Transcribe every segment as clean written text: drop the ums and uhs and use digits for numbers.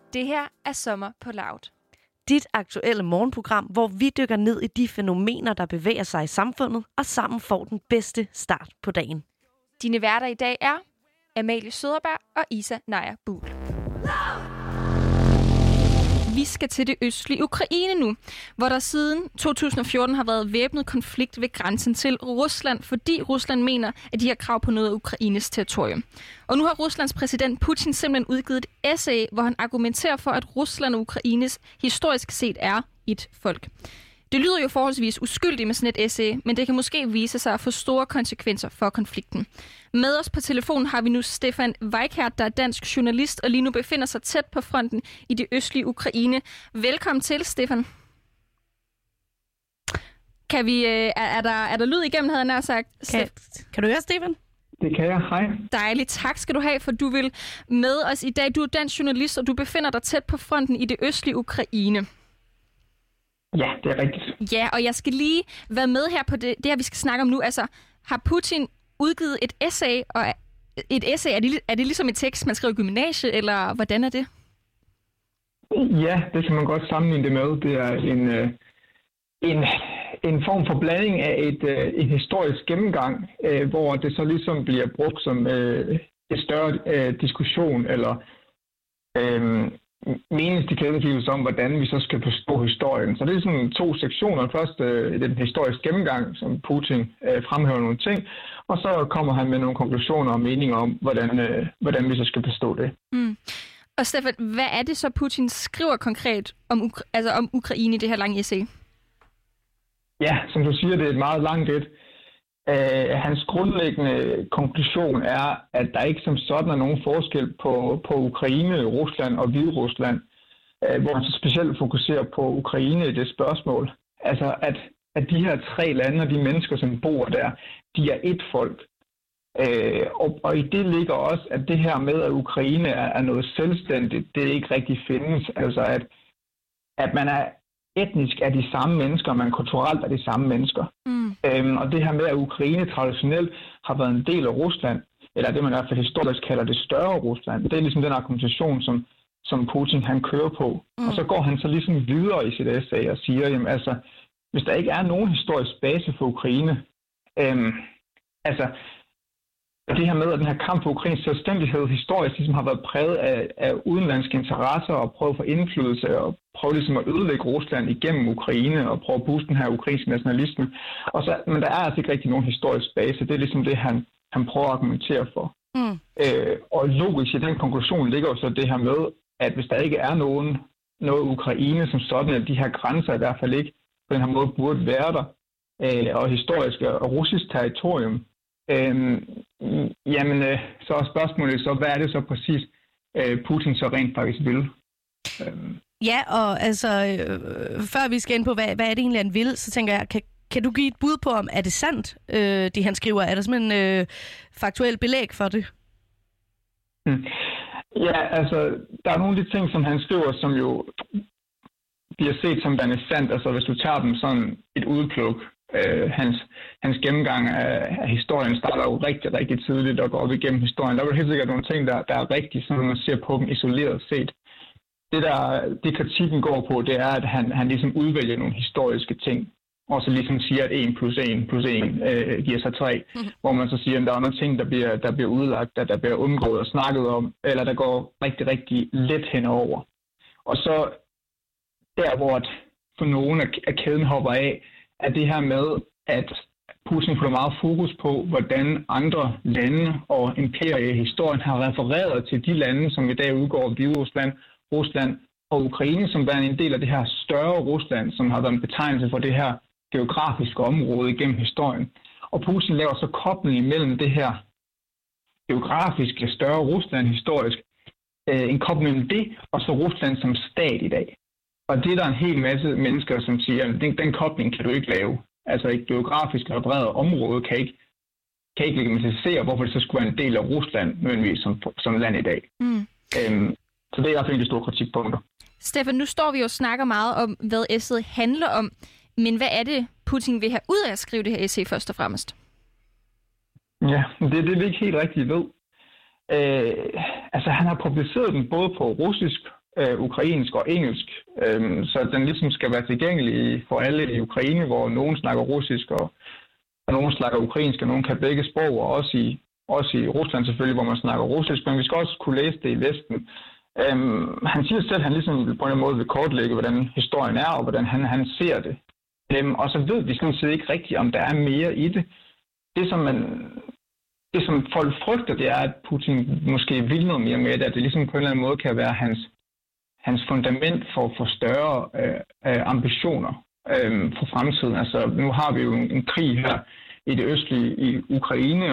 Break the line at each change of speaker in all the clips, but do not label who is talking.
Det her er Sommer på Loud.
Dit aktuelle morgenprogram, hvor vi dykker ned i de fænomener, der bevæger sig i samfundet, og sammen får den bedste start på dagen.
Dine værter i dag er Amalie Søderberg og Isa Naja Buhl. Vi skal til det østlige Ukraine nu, hvor der siden 2014 har været væbnet konflikt ved grænsen til Rusland, fordi Rusland mener, at de har krav på noget af Ukraines territorium. Og nu har Ruslands præsident Putin simpelthen udgivet et essay, hvor han argumenterer for, at Rusland og Ukraines historisk set er et folk. Det lyder jo forholdsvis uskyldigt med sådan et essay, men det kan måske vise sig at få store konsekvenser for konflikten. Med os på telefonen har vi nu Stefan Weikert, der er dansk journalist og lige nu befinder sig tæt på fronten i det østlige Ukraine. Velkommen til, Stefan. Kan vi, er der lyd igennem, havde jeg nær sagt?
Kan du høre, Stefan?
Det kan jeg. Hej.
Dejligt. Tak skal du have, for du vil med os i dag. Du er dansk journalist, og du befinder dig tæt på fronten i det østlige Ukraine.
Ja, det er rigtigt.
Ja, og jeg skal lige være med her på det her, vi skal snakke om nu. Altså, har Putin udgivet et essay, og et essay, er det ligesom et tekst, man skriver i gymnasiet, eller hvordan er det?
Ja, det kan man godt sammenligne det med. Det er en form for blanding af en historisk gennemgang, hvor det så ligesom bliver brugt som et større diskussion, eller meningstilkendegivelse om, hvordan vi så skal forstå historien. Så det er sådan 2 sektioner. Først den historiske gennemgang, som Putin fremhæver nogle ting, og så kommer han med nogle konklusioner og meninger om, hvordan vi så skal forstå det.
Mm. Og Stefan, hvad er det så, Putin skriver konkret om Ukraine i det her lange essay?
Ja, som du siger, det er et meget langt et. Hans grundlæggende konklusion er, at der ikke som sådan er nogen forskel på Ukraine, Rusland og Hviderusland, hvor han så specielt fokuserer på Ukraine i det spørgsmål. Altså, at de her 3 lande og de mennesker, som bor der, de er et folk. Og i det ligger også, at det her med, at Ukraine er noget selvstændigt, det ikke rigtig findes. Altså, at man er etnisk er de samme mennesker, men kulturelt er de samme mennesker. Og det her med, at Ukraine traditionelt har været en del af Rusland, eller det man i hvert fald historisk kalder det større Rusland, det er ligesom den argumentation, som Putin han kører på. Og så går han så ligesom videre i sit essay og siger, jamen altså, hvis der ikke er nogen historisk base for Ukraine, altså det her med, at den her kamp for Ukraines selvstændighed historisk ligesom har været præget af udenlandske interesser og prøve at få indflydelse og prøve ligesom at ødelægge Rusland igennem Ukraine og prøve at booste den her ukrainske nationalisme. Men der er altså ikke rigtig nogen historisk base. Det er ligesom det, han prøver at argumentere for. Og logisk i den konklusion ligger jo så det her med, at hvis der ikke er noget Ukraine som sådan, at de her grænser i hvert fald ikke på den her måde burde være der, og historisk og russisk territorium, så er spørgsmålet så, hvad er det så præcis, Putin så rent faktisk vil?
Ja, og altså, før vi skal ind på, hvad er det egentlig, han vil, så tænker jeg, kan du give et bud på, om er det sandt, det han skriver? Er der simpelthen faktuelt belæg for det?
Ja, altså, der er nogle af de ting, som han skriver, som jo bliver set som værende sandt. Altså, hvis du tager dem sådan et udpluk, hans gennemgang af historien starter jo rigtig, rigtig tidligt og går op igennem historien. Der er jo helt sikkert nogle ting, der er rigtige, når man ser på dem isoleret set. Det kritikken går på, det er, at han ligesom udvælger nogle historiske ting, og så ligesom siger, at 1 + 1 + 1 giver sig 3, hvor man så siger, at der er nogle ting, der bliver udlagt, der bliver undgået og snakket om, eller der går rigtig, rigtig let henover. Og så der, hvor for nogen af kæden hopper af, er det her med, at Putin får meget fokus på, hvordan andre lande og imperier i historien har refereret til de lande, som i dag udgår af Hviderusland, Rusland og Ukraine, som er en del af det her større Rusland, som har været en betegnelse for det her geografiske område igennem historien. Og Putin laver så kobling mellem det her geografiske større Rusland historisk, en kobling mellem det og så Rusland som stat i dag. Og det er der en hel masse mennesker, som siger, at den kobling kan du ikke lave. Altså et geografisk refereret område kan ikke legitimisere, hvorfor det så skulle være en del af Rusland, nødvendigvis som land i dag. Så det er i hvert fald en af de store kritikpunkter.
Stefan, nu står vi jo og snakker meget om, hvad essayet handler om. Men hvad er det, Putin vil have ud af at skrive det her essay først og fremmest?
Ja, det er det, vi ikke helt rigtigt ved. Altså, han har publiceret den både på russisk ukrainsk og engelsk, så den ligesom skal være tilgængelig for alle i Ukraine, hvor nogen snakker russisk, og nogen snakker ukrainsk, og nogen kan begge sprog, og også i Rusland selvfølgelig, hvor man snakker russisk, men vi skal også kunne læse det i Vesten. Han siger selv, at han ligesom på en måde vil kortlægge, hvordan historien er, og hvordan han ser det. Og så ved vi sådan set ikke rigtigt, om der er mere i det. Det, som folk frygter, det er, at Putin måske vil noget mere med det, at det ligesom på en eller anden måde kan være hans fundament for større ambitioner for fremtiden. Altså, nu har vi jo en krig her i det østlige i Ukraine,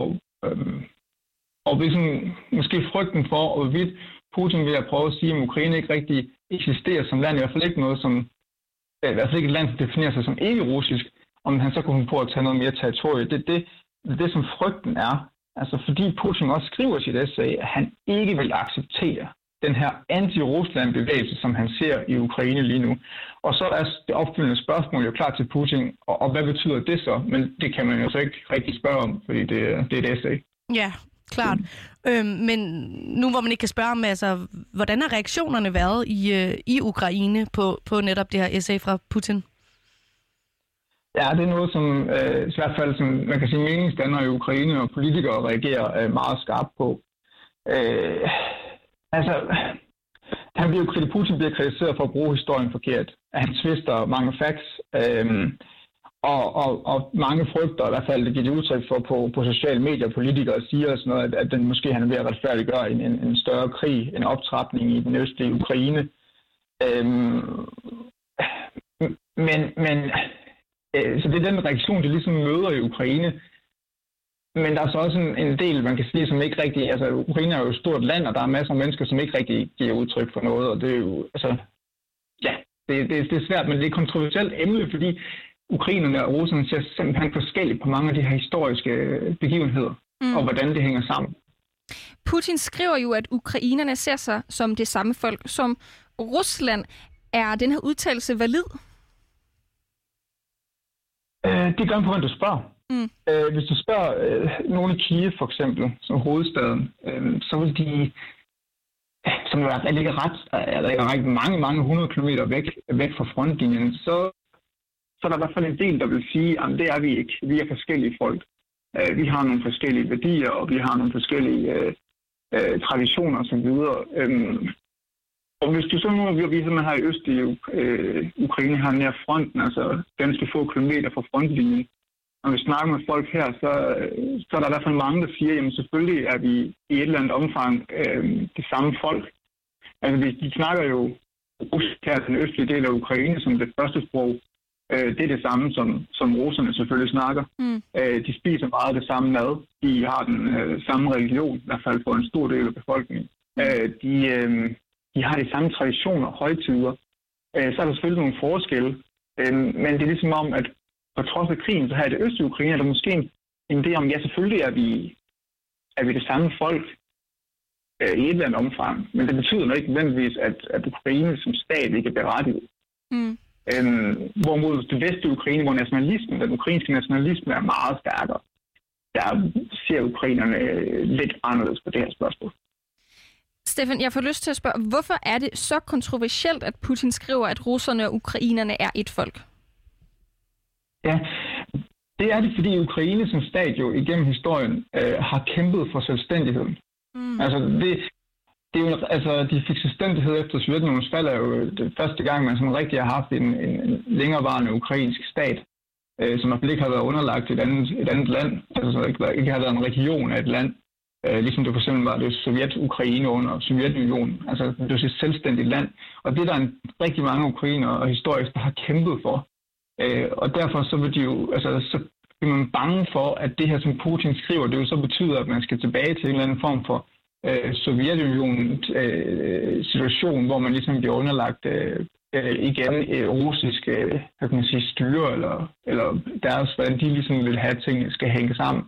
og hvis måske frygten for, hvorvidt Putin vil have prøvet at sige, at Ukraine ikke rigtig eksisterer som land, i hvert fald ikke noget som, i hvert fald ikke et land, som definerer sig som ikke-russisk, om han så kunne finde på at tage noget mere territorie. Det som frygten er, altså fordi Putin også skriver i sit essay, at han ikke vil acceptere den her anti-Rusland-bevægelse, som han ser i Ukraine lige nu. Og så er det opfølgende spørgsmål jo klar til Putin, og hvad betyder det så? Men det kan man jo så ikke rigtig spørge om, fordi det er et essay.
Ja, klart. Men nu hvor man ikke kan spørge om, altså, hvordan har reaktionerne været i Ukraine på netop det her essay fra Putin?
Ja, det er noget, som i hvert fald, som man kan sige, meningsdannere i Ukraine og politikere reagerer meget skarpt på. Putin bliver kritiseret for at bruge historien forkert. At han twister mange facts, og mange frygter, i hvert fald det giver det udtryk for på sociale medier, politikere siger og sådan noget, at den måske han er ved at retfærdiggøre en større krig, en optrapning i den østlige Ukraine. Så det er den reaktion, det ligesom møder i Ukraine. Men der er så også en del, man kan sige, som ikke rigtig... Altså, Ukraine er jo et stort land, og der er masser af mennesker, som ikke rigtig giver udtryk for noget, og det er jo... Altså, ja, det er svært, men det er et kontroversielt emne, fordi ukrainerne og russerne ser simpelthen forskelligt på mange af de her historiske begivenheder, og hvordan det hænger sammen.
Putin skriver jo, at ukrainerne ser sig som det samme folk som Rusland. Er den her udtalelse valid?
Det gør på, at du spørger. Hvis du spørger nogen i Kiev for eksempel, som hovedstaden, så vil de, som jo ligger mange 100 kilometer væk fra frontlinjen, så er der i hvert fald en del, der vil sige, at det er vi ikke. Vi er forskellige folk. Vi har nogle forskellige værdier, og vi har nogle forskellige traditioner osv. Og hvis du så nu viser, man har i øst i Ukraine her nær fronten, altså ganske få kilometer fra frontlinjen, når vi snakker med folk her, så er der i hvert fald mange, der siger, jamen selvfølgelig er vi i et eller andet omfang det samme folk. Altså de snakker jo russisk her, den østlige del af Ukraine, som det første sprog. Det er det samme, som russerne selvfølgelig snakker. De spiser meget det samme mad. De har den samme religion, i hvert fald for en stor del af befolkningen. De har de samme traditioner, højtider. Så er der selvfølgelig nogle forskelle, men det er ligesom om, at på trods af krigen, så her i det østlige Ukraine, er der måske en idé om, ja, selvfølgelig er vi det samme folk i et eller andet omfang, men det betyder ikke nødvendigvis, at Ukraine som stat ikke er berettiget. Hvorimod det vestlige Ukraine, hvor den ukrainske nationalisme er meget stærkere, der ser ukrainerne lidt anderledes på det her spørgsmål.
Stefan, jeg får lyst til at spørge, hvorfor er det så kontroversielt, at Putin skriver, at russerne og ukrainerne er et folk?
Ja, det er det, fordi Ukraine som stat jo igennem historien har kæmpet for selvstændigheden. Altså, det er jo, altså, de fik selvstændighed efter Sovjetunionens fald, er jo det første gang, man sådan rigtig har haft en længerevarende ukrainsk stat, som i hvert fald ikke har været underlagt et andet land, altså ikke har været en region af et land, ligesom det for eksempel var det Sovjet-Ukraine under Sovjetunionen, altså det er et selvstændigt land, og det er der rigtig mange ukrainere og historikere, der har kæmpet for. Og derfor så vil de jo, altså så er man bange for, at det her, som Putin skriver, det jo så betyder, at man skal tilbage til en eller anden form for Sovjetunionens situation, hvor man ligesom bliver underlagt igen russisk, hvad kan man sige, styre, eller deres, hvordan de ligesom vil have, at tingene skal hænge sammen.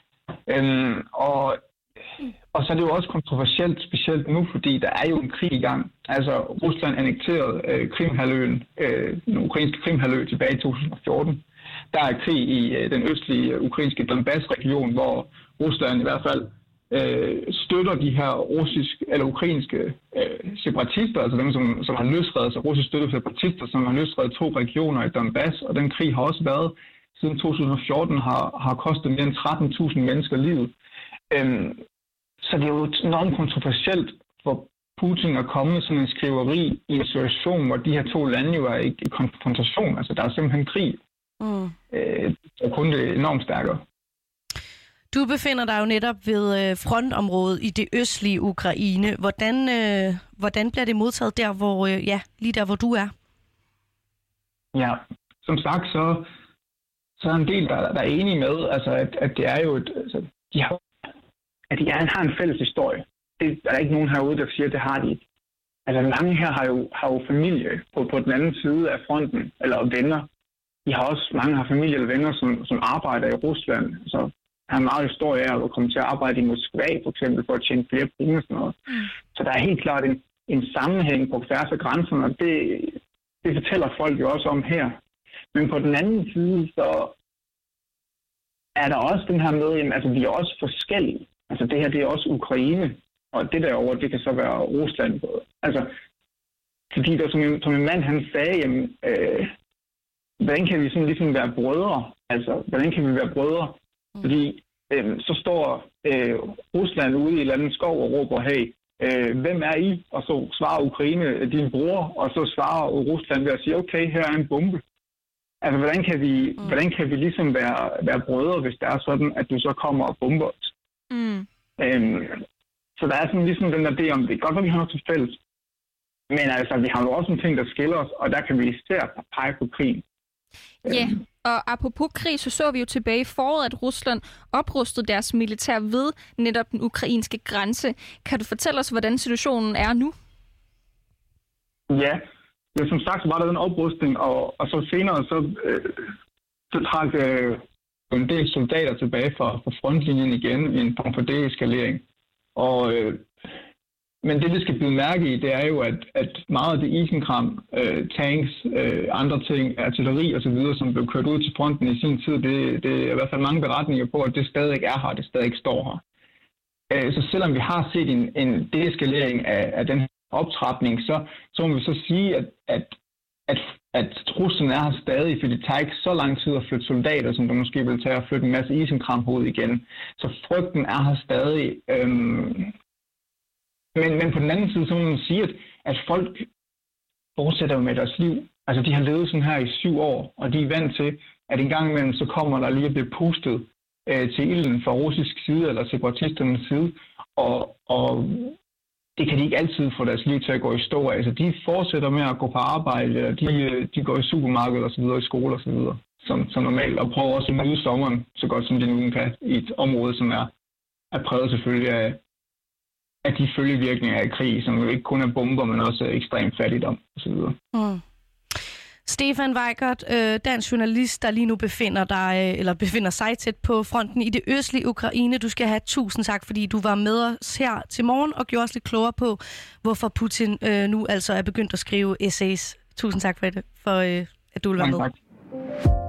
Og så er det jo også kontroversielt, specielt nu, fordi der er jo en krig i gang. Altså, Rusland annekterede Krimhalvøen, den ukrainske Krimhalvø tilbage i 2014. Der er krig i den østlige ukrainske Donbass-region, hvor Rusland i hvert fald støtter de her ukrainske separatister, altså dem, som har løsredet sig, russisk støttede separatister, som har løsredet 2 regioner i Donbass, og den krig har også været siden 2014, har kostet mere end 13.000 mennesker livet. Så det er jo enormt kontroversielt for Putin at komme med sådan en skriveri i en situation, hvor de her 2 lande jo er i konfrontation. Altså, der er simpelthen krig. Og kun det enormt stærkere.
Du befinder dig jo netop ved frontområdet i det østlige Ukraine. Hvordan bliver det modtaget der, hvor lige der, hvor du er? Ja,
som sagt, så er en del, der er enige med, altså, at det er jo at de har en fælles historie. Det er der ikke nogen herude, der siger, at det har de ikke. Altså, mange her har jo familie på den anden side af fronten, eller venner. Mange har familie eller venner, som arbejder i Rusland. Så der er meget historie af at komme til at arbejde i Moskva, for eksempel, for at tjene flere penge og sådan noget. Så der er helt klart en sammenhæng på tværs af grænserne, og det fortæller folk jo også om her. Men på den anden side, så er der også den her med, altså vi er også forskellige. Altså det her, det er også Ukraine, og det derovre, det kan så være Rusland. Altså, fordi der, som en mand, han sagde, jamen, hvordan kan vi sådan ligesom være brødre? Altså, hvordan kan vi være brødre? Fordi så står Rusland ude i et eller andet skov og råber, hey, hvem er I? Og så svarer Ukraine, din bror, og så svarer Rusland ved at sige, okay, her er en bombe. Altså, hvordan kan vi ligesom være brødre, hvis det er sådan, at du så kommer og bomber os? Så der er sådan ligesom den der idé om, det er godt, at vi har noget til fælles. Men altså, vi har jo også nogle ting, der skiller os, og der kan vi især pege på krigen.
Ja, og apropos krig, så vi jo tilbage i foråret, at Rusland oprustede deres militær ved netop den ukrainske grænse. Kan du fortælle os, hvordan situationen er nu?
Ja, som sagt, så var der den oprustning, og så senere, så trak en del soldater tilbage fra frontlinjen igen i en form for deeskalering. Men det skal blive mærke i, det er jo, at meget af det isenkram, tanks, andre ting, artilleri osv., som blev kørt ud til fronten i sin tid, det er i hvert fald mange beretninger på, at det stadig er her, det stadig står her. Så selvom vi har set en deeskalering af den optrapning, så må vi så sige, at truslen er her stadig, fordi det tager ikke så lang tid at flytte soldater, som der måske vil tage at flytte en masse isenkram ud igen. Så frygten er her stadig. Men på den anden side, så må man sige, at folk fortsætter med deres liv. Altså, de har levet sådan her i 7 år, og de er vant til, at en gang imellem, så kommer der lige at blive pustet til ilden fra russisk side, eller separatisternes side, og det kan de ikke altid få deres liv til at gå i stå af. Altså, de fortsætter med at gå på arbejde, eller de går i supermarkedet og så videre, i skole og så videre, som normalt, og prøver også at nyde sommeren, så godt som de nu kan, i et område, som er præget selvfølgelig af de følgevirkninger af krig, som jo ikke kun er bomber, men også ekstrem fattigdom osv.
Stefan Weikert, dansk journalist, der lige nu befinder sig tæt på fronten i det østlige Ukraine. Du skal have 1000 tak, fordi du var med os her til morgen og gjorde os lidt klogere på, hvorfor Putin nu altså er begyndt at skrive essays. Tusind tak for at du vil være med. Tak.